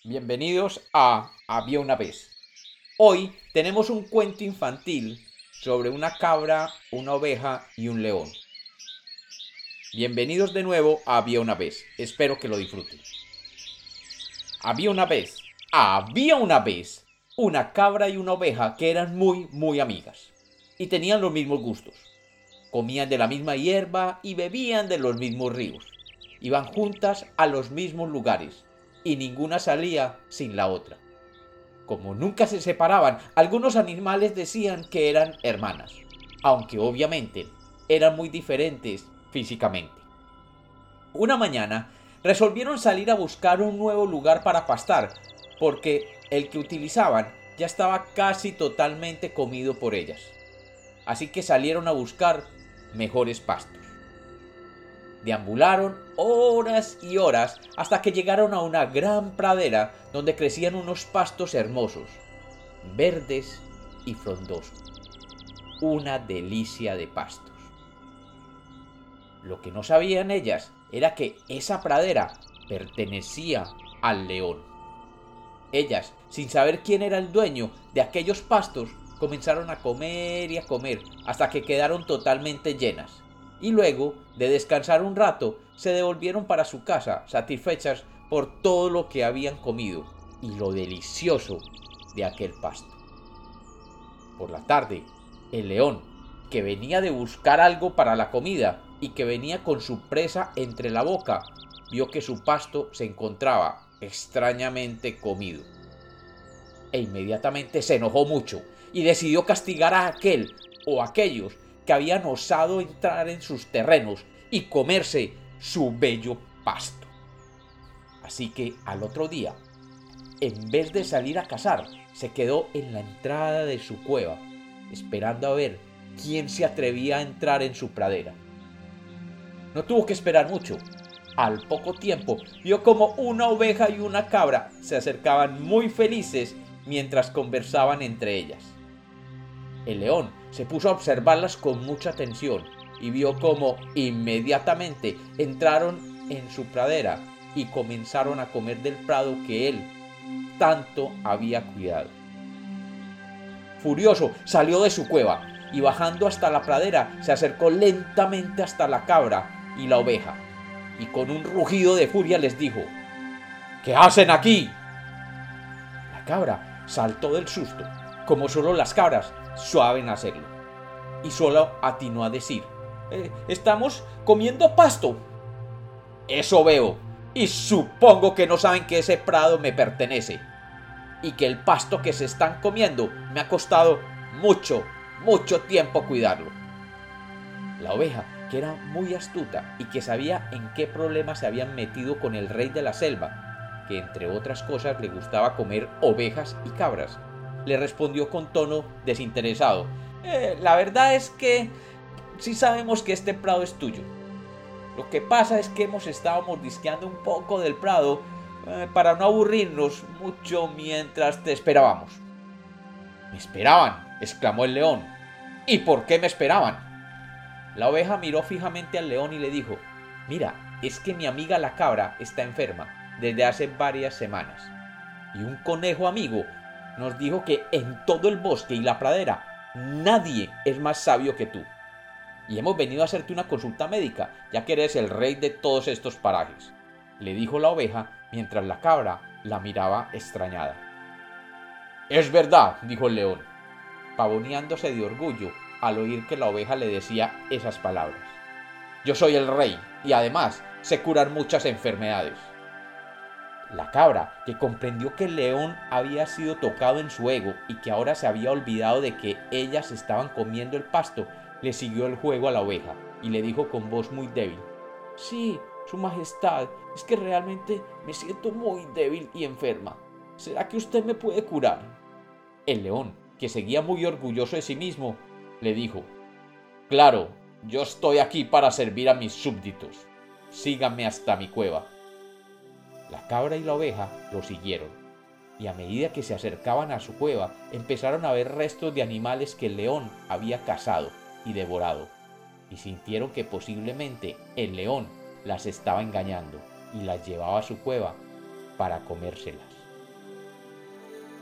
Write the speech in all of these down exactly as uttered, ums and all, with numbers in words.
Bienvenidos a Había una vez. Hoy tenemos un cuento infantil sobre una cabra, una oveja y un león. Bienvenidos de nuevo a Había una vez. Espero que lo disfruten. Había una vez, había una vez, una cabra y una oveja que eran muy, muy amigas. Y tenían los mismos gustos. Comían de la misma hierba y bebían de los mismos ríos. Iban juntas a los mismos lugares. Y ninguna salía sin la otra. Como nunca se separaban, algunos animales decían que eran hermanas, aunque obviamente eran muy diferentes físicamente. Una mañana resolvieron salir a buscar un nuevo lugar para pastar, porque el que utilizaban ya estaba casi totalmente comido por ellas. Así que salieron a buscar mejores pastos. Deambularon horas y horas hasta que llegaron a una gran pradera donde crecían unos pastos hermosos, verdes y frondosos. Una delicia de pastos. Lo que no sabían ellas era que esa pradera pertenecía al león. Ellas, sin saber quién era el dueño de aquellos pastos, comenzaron a comer y a comer hasta que quedaron totalmente llenas. Y luego de descansar un rato, se devolvieron para su casa, satisfechas por todo lo que habían comido y lo delicioso de aquel pasto. Por la tarde, el león, que venía de buscar algo para la comida y que venía con su presa entre la boca, vio que su pasto se encontraba extrañamente comido. E inmediatamente se enojó mucho y decidió castigar a aquel o aquellos que habían osado entrar en sus terrenos y comerse su bello pasto. Así que al otro día, en vez de salir a cazar, se quedó en la entrada de su cueva, esperando a ver quién se atrevía a entrar en su pradera. No tuvo que esperar mucho. Al poco tiempo, vio como una oveja y una cabra se acercaban muy felices mientras conversaban entre ellas. El león se puso a observarlas con mucha atención y vio cómo inmediatamente entraron en su pradera y comenzaron a comer del prado que él tanto había cuidado. Furioso, salió de su cueva y bajando hasta la pradera se acercó lentamente hasta la cabra y la oveja y con un rugido de furia les dijo: ¿Qué hacen aquí? La cabra saltó del susto, como solo las cabras saben hacerlo, y solo atinó a decir: eh, estamos comiendo pasto. Eso veo, y supongo que no saben que ese prado me pertenece, y que el pasto que se están comiendo me ha costado mucho, mucho tiempo cuidarlo. La oveja, que era muy astuta y que sabía en qué problema se habían metido con el rey de la selva, que entre otras cosas le gustaba comer ovejas y cabras, le respondió con tono desinteresado: eh, la verdad es que sí sabemos que este prado es tuyo. Lo que pasa es que hemos estado mordisqueando un poco del prado eh, para no aburrirnos mucho mientras te esperábamos. ¿Me esperaban?, exclamó el león. ¿Y por qué me esperaban? La oveja miró fijamente al león y le dijo: mira, es que mi amiga la cabra está enferma desde hace varias semanas, y un conejo amigo nos dijo que en todo el bosque y la pradera nadie es más sabio que tú. Y hemos venido a hacerte una consulta médica, ya que eres el rey de todos estos parajes, le dijo la oveja mientras la cabra la miraba extrañada. Es verdad, dijo el león, pavoneándose de orgullo al oír que la oveja le decía esas palabras. Yo soy el rey y además sé curar muchas enfermedades. La cabra, que comprendió que el león había sido tocado en su ego y que ahora se había olvidado de que ellas estaban comiendo el pasto, le siguió el juego a la oveja y le dijo con voz muy débil: sí, su majestad, es que realmente me siento muy débil y enferma. ¿Será que usted me puede curar? El león, que seguía muy orgulloso de sí mismo, le dijo: claro, yo estoy aquí para servir a mis súbditos. Síganme hasta mi cueva. La cabra y la oveja lo siguieron, y a medida que se acercaban a su cueva, empezaron a ver restos de animales que el león había cazado y devorado, y sintieron que posiblemente el león las estaba engañando y las llevaba a su cueva para comérselas.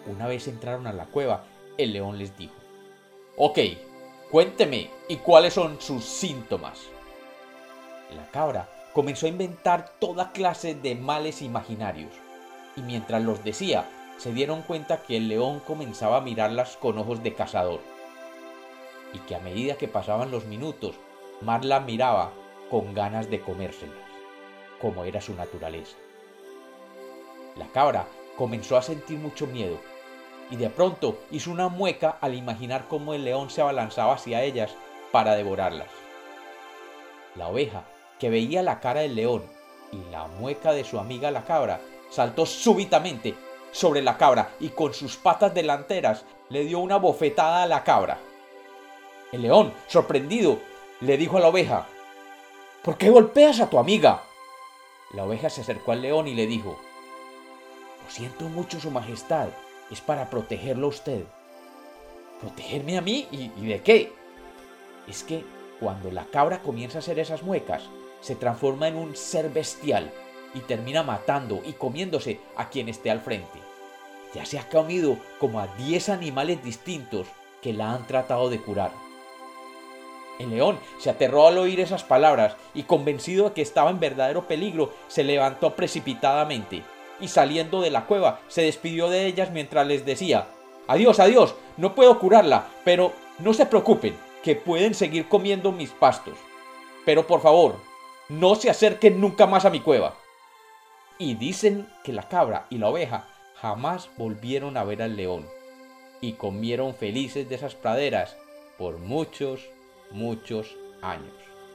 Una vez entraron a la cueva, el león les dijo: «Ok, cuénteme, ¿y cuáles son sus síntomas?». La cabra comenzó a inventar toda clase de males imaginarios, y mientras los decía, se dieron cuenta que el león comenzaba a mirarlas con ojos de cazador, y que a medida que pasaban los minutos, más la miraba con ganas de comérselas, como era su naturaleza. La cabra comenzó a sentir mucho miedo, y de pronto hizo una mueca al imaginar cómo el león se abalanzaba hacia ellas para devorarlas. La oveja, que veía la cara del león y la mueca de su amiga la cabra, saltó súbitamente sobre la cabra y con sus patas delanteras le dio una bofetada a la cabra. El león, sorprendido, le dijo a la oveja: «¿Por qué golpeas a tu amiga?». La oveja se acercó al león y le dijo: «Lo siento mucho, su majestad, es para protegerlo a usted». «¿Protegerme a mí? ¿Y, y de qué?». «Es que cuando la cabra comienza a hacer esas muecas, se transforma en un ser bestial y termina matando y comiéndose a quien esté al frente. Ya se ha comido como a diez animales distintos que la han tratado de curar». El león se aterró al oír esas palabras y, convencido de que estaba en verdadero peligro, se levantó precipitadamente y, saliendo de la cueva, se despidió de ellas mientras les decía: «Adiós, adiós, no puedo curarla, pero no se preocupen, que pueden seguir comiendo mis pastos. Pero por favor, no se acerquen nunca más a mi cueva». Y dicen que la cabra y la oveja jamás volvieron a ver al león, y comieron felices de esas praderas por muchos, muchos años.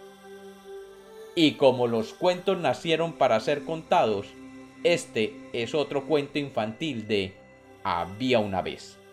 Y como los cuentos nacieron para ser contados, este es otro cuento infantil de Había una vez.